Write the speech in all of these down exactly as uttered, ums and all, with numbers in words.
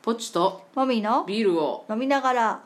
ポチともみのビールを飲みながら。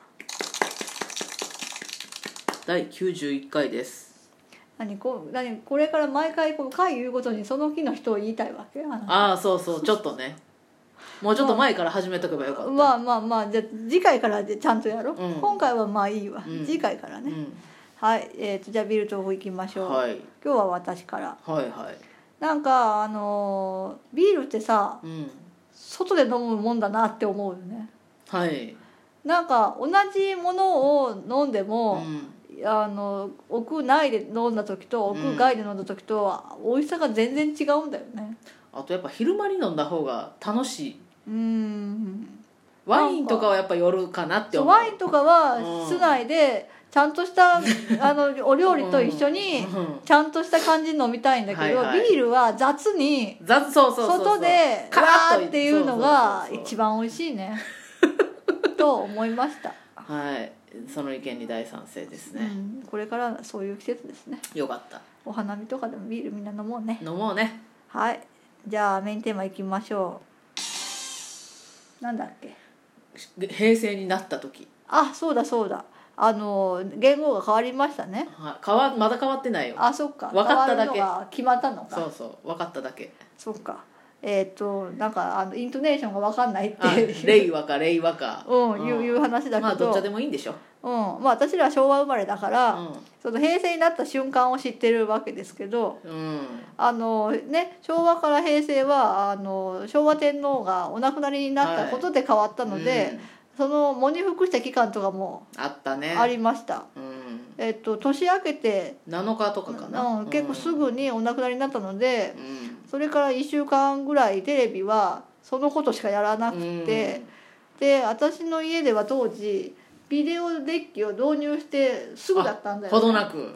だいきゅうじゅういっかいです。 何こ何これから毎回この回言うごとにその日の人を言いたいわけ？ ああそうそうちょっとねもうちょっと前から始めとけばよかった。 まあまあまあじゃあ次回からでちゃんとやろう、 うん、 今回はまあいいわ、 うん、 次回からね、 うん、 はい、えー、とじゃあビール豆腐いきましょう、 はい、 今日は私から。 はいはいなんかあのービールってさ、 うん、 外で飲むもんだなって思うよね。 はいなんか同じものを飲んでも、 うん、 あの屋内で飲んだ時と屋外で飲んだ時と美味しさが全然違うんだよね。 あとやっぱ昼間に飲んだ方が楽しい。 うーんワインとかはやっぱ夜かなってそう思う。 ワインとかは室内でちゃんとしたあのお料理と一緒にちゃんとした感じに飲みたいんだけど、 はいはいビールは雑に雑そうそうそうそう外でカわラッとーっていうのがそうそうそうそう一番美味しいねと思いました。 はいその意見に大賛成ですね、 うん、これからそういう季節ですね。 よかった。 お花見とかでもビールみんな飲もうね。 飲もうね。 はい、じゃあメインテーマいきましょう。なんだっけ。 平成になった時。 あ、そうだそうだ、あの言語が変わりましたね。 は変わまだ変わってないよ。 あ、そっか、 分かっただけ変わるのが決まったのか。 そうそう分かっただけ。 そっか、えっ、となんかあのイントネーションが分かんないってあいう令和か令和かうんいういう話だけど、 まあどっちでもいいんでしょ。 うん、まあ私らは昭和生まれだから、 うんその平成になった瞬間を知ってるわけですけど、 うんあのね、昭和から平成はあの昭和天皇がお亡くなりになったことで変わったので、 はいうん、 その喪に服した期間とかもあったね。 ありました。 うんえっと、年明けてなのかとかかな、 うん、結構すぐにお亡くなりになったので、 うん、 それからいっしゅうかんぐらいテレビはそのことしかやらなくて、で私の家では当時ビデオデッキを導入してすぐだったんだよね。 ほどなく、 うん、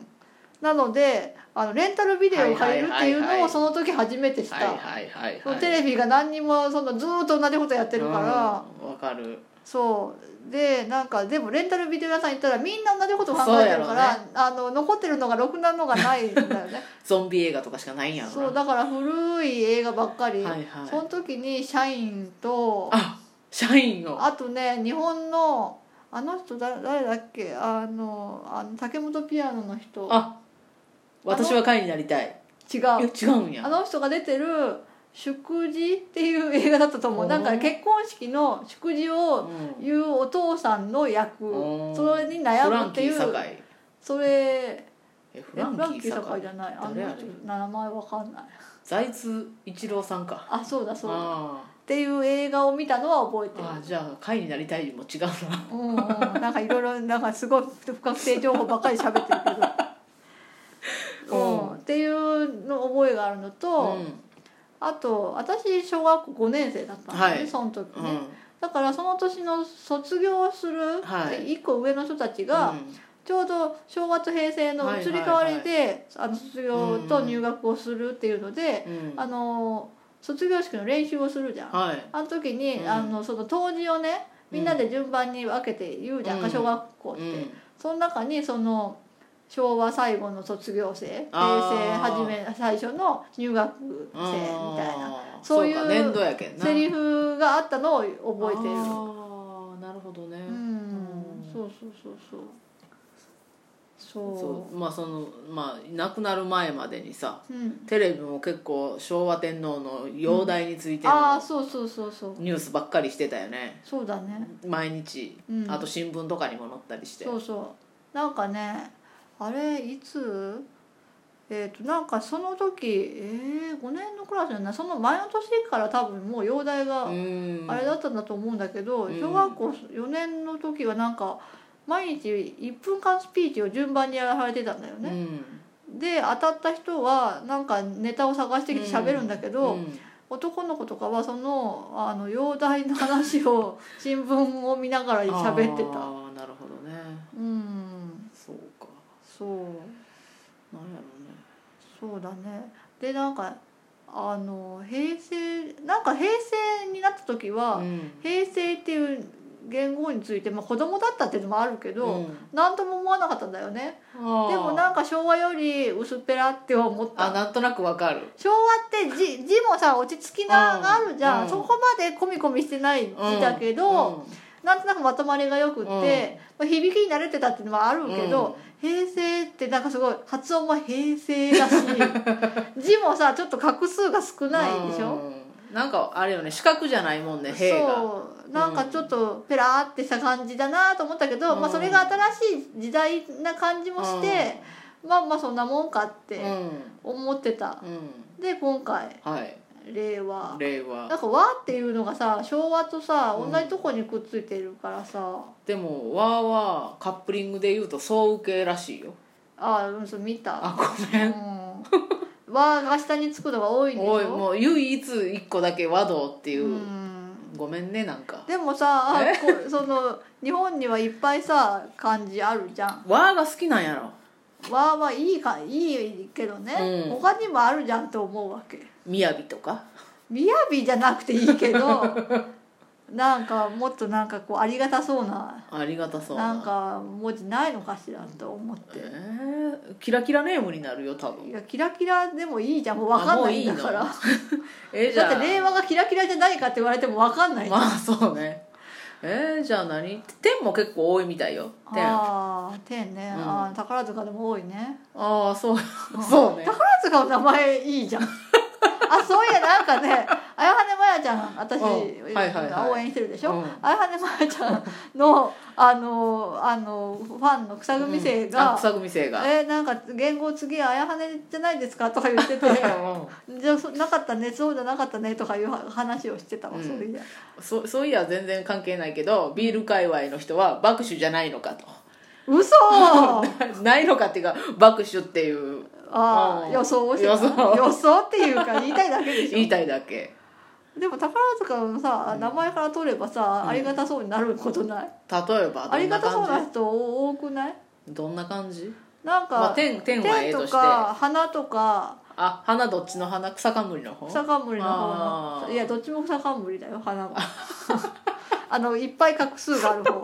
なのであのレンタルビデオを借りるっていうのをその時初めてした。 はいはいはいはい、 そのテレビが何にもそのずーっと同じことやってるから、 わかる。 そうでなんかでもレンタルビデオ屋さん行ったらみんな同じこと考えてるから、ね、あの残ってるのがろくなのがないんだよねゾンビ映画とかしかないんやろな。 そうだから古い映画ばっかり、 はいはい、 その時に社員とあ社員をあとね日本のあの人誰誰だっけ、あのあの竹本ピアノの人。 あ私は会になりたい。 違う違うんや。 あの人が出てる祝辞っていう映画だったと思う。なんか結婚式の祝辞を言うお父さんの役、それに悩むっていう。 フランキー堺。 それえフランキー堺じゃない、あの人名前わかんない。 財津一郎さんか。 あ、そうだそうだっていう映画を見たのは覚えてる。 あじゃあ会になりたいも違うな。 うんうんなんかいろいろなんかすごい不確定情報ばっかり喋ってるけど、うん、っていうの覚えがあるのと、うん、あと私小学校ごねん生だったんですね、はい、その時ね、うん、だからその年の卒業するいっこ上の人たちが、うん、ちょうど昭和と平成の移り変わりで、はいはいはい、あの卒業と入学をするっていうので、うん、あの卒業式の練習をするじゃん、はい、あの時に、うん、あのその答辞をねみんなで順番に分けて言うじゃんか、うん、小学校って、うん、その中にその昭和最後の卒業生、平成初め最初の入学生みたいなそういうセリフがあったのを覚えてる。 ああなるほどね、うん、 そうそうそうそうそうそうまあそのまあ亡くなる前までにさ、うん、テレビも結構昭和天皇の容体についての、うん、あそうそうそうそうニュースばっかりしてたよね。 そうだね毎日、うん、あと新聞とかにも載ったりして。 そうそうなんかねあれいつえっ、ー、となんかその時えー、ごねんのクラスじゃないその前の年から多分もう容体があれだったんだと思うんだけど、小学校よねんの時はなんか毎日いっぷんかんスピーチを順番にやられてたんだよね、うん、で当たった人はなんかネタを探してきて喋るんだけど、うんうん、男の子とかはそのあの容体の話を新聞を見ながら喋ってた。ああなるほどね。 うんそうかそうなんやろうね。 そうだね。でなんかあの平成なんか平成になった時は、うん、平成っていう元号について、まあ、子供だったっていうのもあるけど、うん、何とも思わなかったんだよね。でもなんか昭和より薄っぺらって思った。 あ、なんとなくわかる。 昭和って字字もさ落ち着きながあるじゃん、うん、そこまで込み込みしてない字だけど、うんうん、なんとなくまとまりがよくって、うん、まあ、響きに慣れてたっていうのもあるけど、うん、平成ってなんかすごい発音も平成だし字もさちょっと画数が少ないでしょ、 うん、なんかあれよね、四角じゃないもんね、平が。 そうなんかちょっとペラーってした感じだなと思ったけど、うん、まあ、それが新しい時代な感じもして、うん、まあまあそんなもんかって思ってた、うん、で今回、はい、令和令和なんか和っていうのがさ昭和とさ同じとこにくっついてるからさ、うん、 でも和はカップリングで言うと総受けらしいよ。 ああ、うん、そう見た。 あ、ごめん、うん、 和が下につくのが多いんでしょ。多い。 もう唯一一個だけ和道っていう、うん、ごめんね。なんかでもさこその日本にはいっぱいさ漢字あるじゃん。 和が好きなんやろ。 和はいいかいいけどね、うん、他にもあるじゃんと思うわけ。 みやびとかみやびじゃなくていいけどなんかもっとなんかこうありがたそうなありがたそうななんか文字ないのかしらと思って、 えー、キラキラネームになるよ多分。 いやキラキラでもいいじゃん、もう分かんないんだからえー、じゃあだって令和がキラキラじゃないかって言われても分かんないじゃん。 まあそうね。えー、じゃあ何点も結構多いみたいよ。点ああ点ね、うん、あ宝塚でも多いね。 ああそうそうね。 宝塚の名前いいじゃんあ、そういやなんかね綾羽まやちゃん私、うんはいはいはい、応援してるでしょ、うん、綾羽まやちゃんのあのあのファンの草組生が、 うん、草組生がえー、なんか言語次綾羽じゃないですかとか言っててうん、じゃあなかったねそうじゃなかったねとかいう話をしてたわ、うん、そういやそ, そういや全然関係ないけどビール界隈の人は爆酒じゃないのかと。 嘘ないのかっていうか爆酒っていうあ、うん、予想をしてた。予想予想っていうか言いたいだけでしょ。 言いたいだけ。 でも宝塚のさ名前から取ればさ、うん、ありがたそうになることない？ 例えばありがたそうな人多くない？ どんな感じ？ なんか、まあ、 天天はええとして天とか花とか。 あ、花どっちの花？草冠の方？ 草冠の方の。いやどっちも草冠だよ花があのいっぱい画数がある方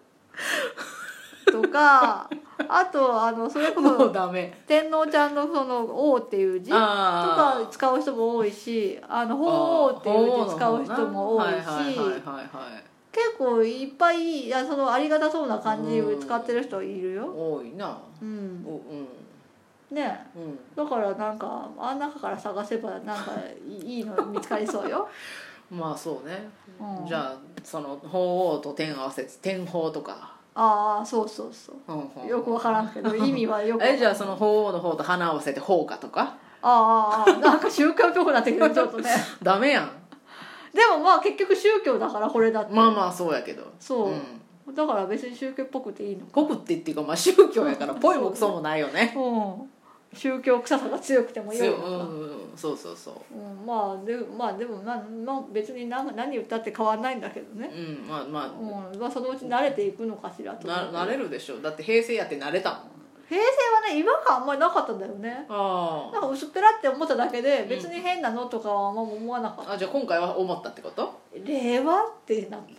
とかあとあのそれこそ天皇ちゃんのその王っていう字とか使う人も多いし、あの法王っていう字使う人も多いし、結構いっぱいいやそのありがたそうな感じを使ってる人いるよ。 多いな。 うん。うん、ね、うん、だからなんかあん中から探せばなんかいいの見つかりそうよ。 まあそうね。うん、じゃあその法王と天合わせて天法とか。 ああそうそうそう、うんうん、よく分からんけど意味はよくえじゃあその法王の方と花合わせて法家とかああなんか宗教っぽくなってくるちょっとねダメやん。 でもまあ結局宗教だからこれだってまあまあそうやけどそう、うん、だから別に宗教っぽくていいのかぽくってっていうかまあ宗教やからぽいもクソもないよねうん宗教臭さが強くてもいいのか、 うん、そうそうそう、 うん、まあでまあでもまあ、まあ、別に何何言ったって変わらないんだけどね、 うんまあまあ、 うんまあ、そのうち慣れていくのかしらとな慣れるでしょ。だって平成やって慣れたもん。 平成はね違和感あんまりなかったんだよね。あなんか薄っぺらって思っただけで別に変なのとかはあんま思わなかった、 うん、あじゃあ今回は思ったってこと？ 令和ってなった。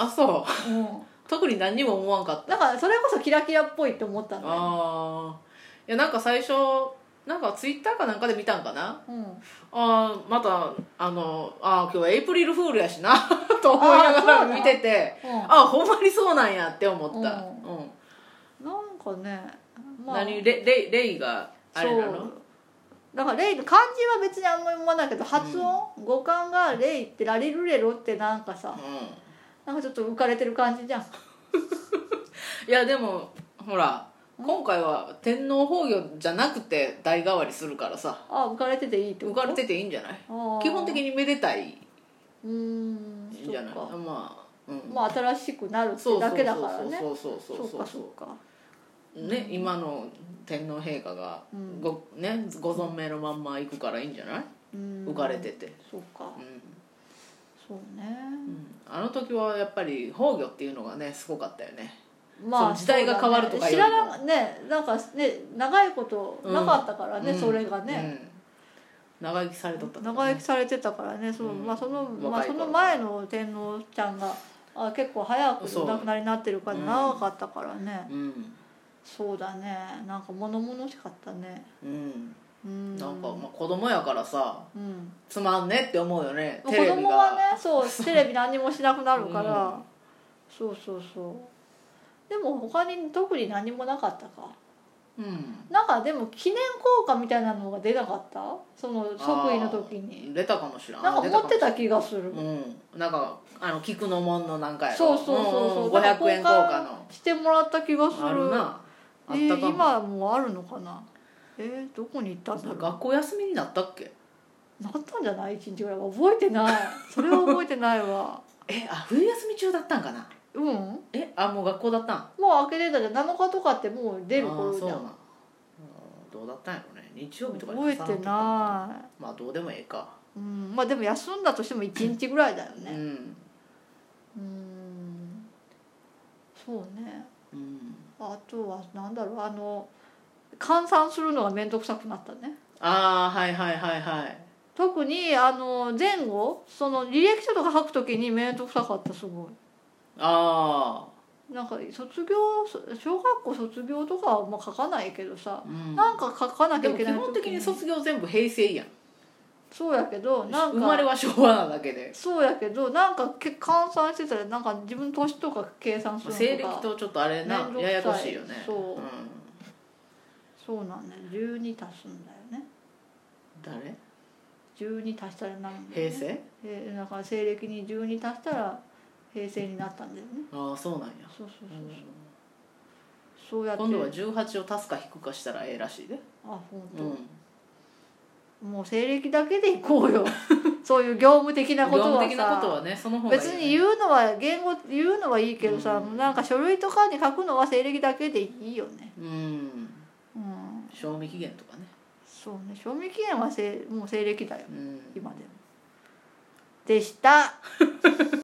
あそう、うん、特に何にも思わんかった。 だからそれこそキラキラっぽいって思ったんだよ。 あいやなんか最初なんかツイッターかなんかで見たんかな、うん、あまたあのあ今日はエイプリルフールやしなと思いながら見てて あ,、うん、あほんまにそうなんやって思った、うんうん、 なんかね、 まあ、何レレレイがあれなの？ だからレイの漢字は別にあんまり思わないけど発音、うん、語感がレイってラリルレロってなんかさ、うん、なんかちょっと浮かれてる感じじゃんいやでもほら今回は天皇崩御じゃなくて代替わりするからさあ浮かれてていいってこと？ 浮かれてていいんじゃない？基本的にめでたいうんじゃない？まあ、うん、まあ新しくなるってだけだからね。 そうそうそうそうそうそうかね、うん、今の天皇陛下が ご,、うんね、ご存命のまんま行くからいいんじゃない？うん、浮かれててそうか、うん、そうね、 うん、あの時はやっぱり崩御っていうのがねすごかったよね。まあ、時代が変わるとかよりも、ね、知らなねなんかね長いことなかったからね、うん、それがね、 うん、長生きされとった、 ね、長生きされてたからね、そう、うん、まあそのまあその前の天皇ちゃんがあ結構早くお亡くなりになってるから長かったからね、 うん、 そうだね、なんか物々しかったね。 うんうん、 なんかまあ子供やからさ、 うん、 つまんねって思うよね。 子供はね、そうテレビ何もしなくなるから、うん、そうそうそう。でも他に特に何もなかったか。うん、なんかでも記念硬貨みたいなのが出なかった？その即位の時に出たかもしれない。 なんか持ってた気がする。 うん、なんかあの菊の門のなんかやろ。 そうそうそうそう、うん、 ごひゃくえん硬貨のしてもらった気がする。 あるな。あったかも。 えー、今もあるのかな。えー、どこに行ったんだろう。 学校休みになったっけ？ なったんじゃない？いちにちぐらいは覚えてない。それは覚えてないわ。 え、あ、冬休み中だったんかな。 うん。 え、あ、もう学校だったん？ もう開けてたじゃん。なのかとかってもう出る頃じゃん。 あ、そうなん。どうだったんやろね。日曜日とかに覚えてない。まあどうでもええか。 うん、まあでも休んだとしてもいちにちぐらいだよね。うん。うん、そうね。うん。あとはなんだろう、あの換算するのが面倒くさくなったね。 ああ、はいはいはいはい。 特にあの前後その履歴書とか書くときに面倒くさかった、すごい。ああ。なんか卒業小学校卒業とかはまあ書かないけどさ、うん、なんか書かなきゃいけない。 でも基本的に卒業全部平成やん。 そうやけどなんか生まれは昭和なだけで。 そうやけどなんか換算してたらなんか自分の年とか計算するのとか西暦とちょっとあれなややこしいよね。 そう、うん、そうなんだよ。じゅうに足すんだよね。 誰？ じゅうに足したらなんだよね。 平成？ えだから西暦にじゅうに足したら平成になったんだよね。 ああ、そうなんや。 そうそうそうそう。そうやって今度はじゅうはちを足すか引くかしたらええらしいで。 あ、本当。うん、もう西暦だけでいこうよ。そういう業務的なことはさ。業務的なことはね、その方がいいよね。別に言うのは言語言うのはいいけどさ、うん、なんか書類とかに書くのは西暦だけでいいよね。うん。うん。 賞味期限とかね。 そうね、賞味期限はせもう西暦だよ。うん、今でも。でした。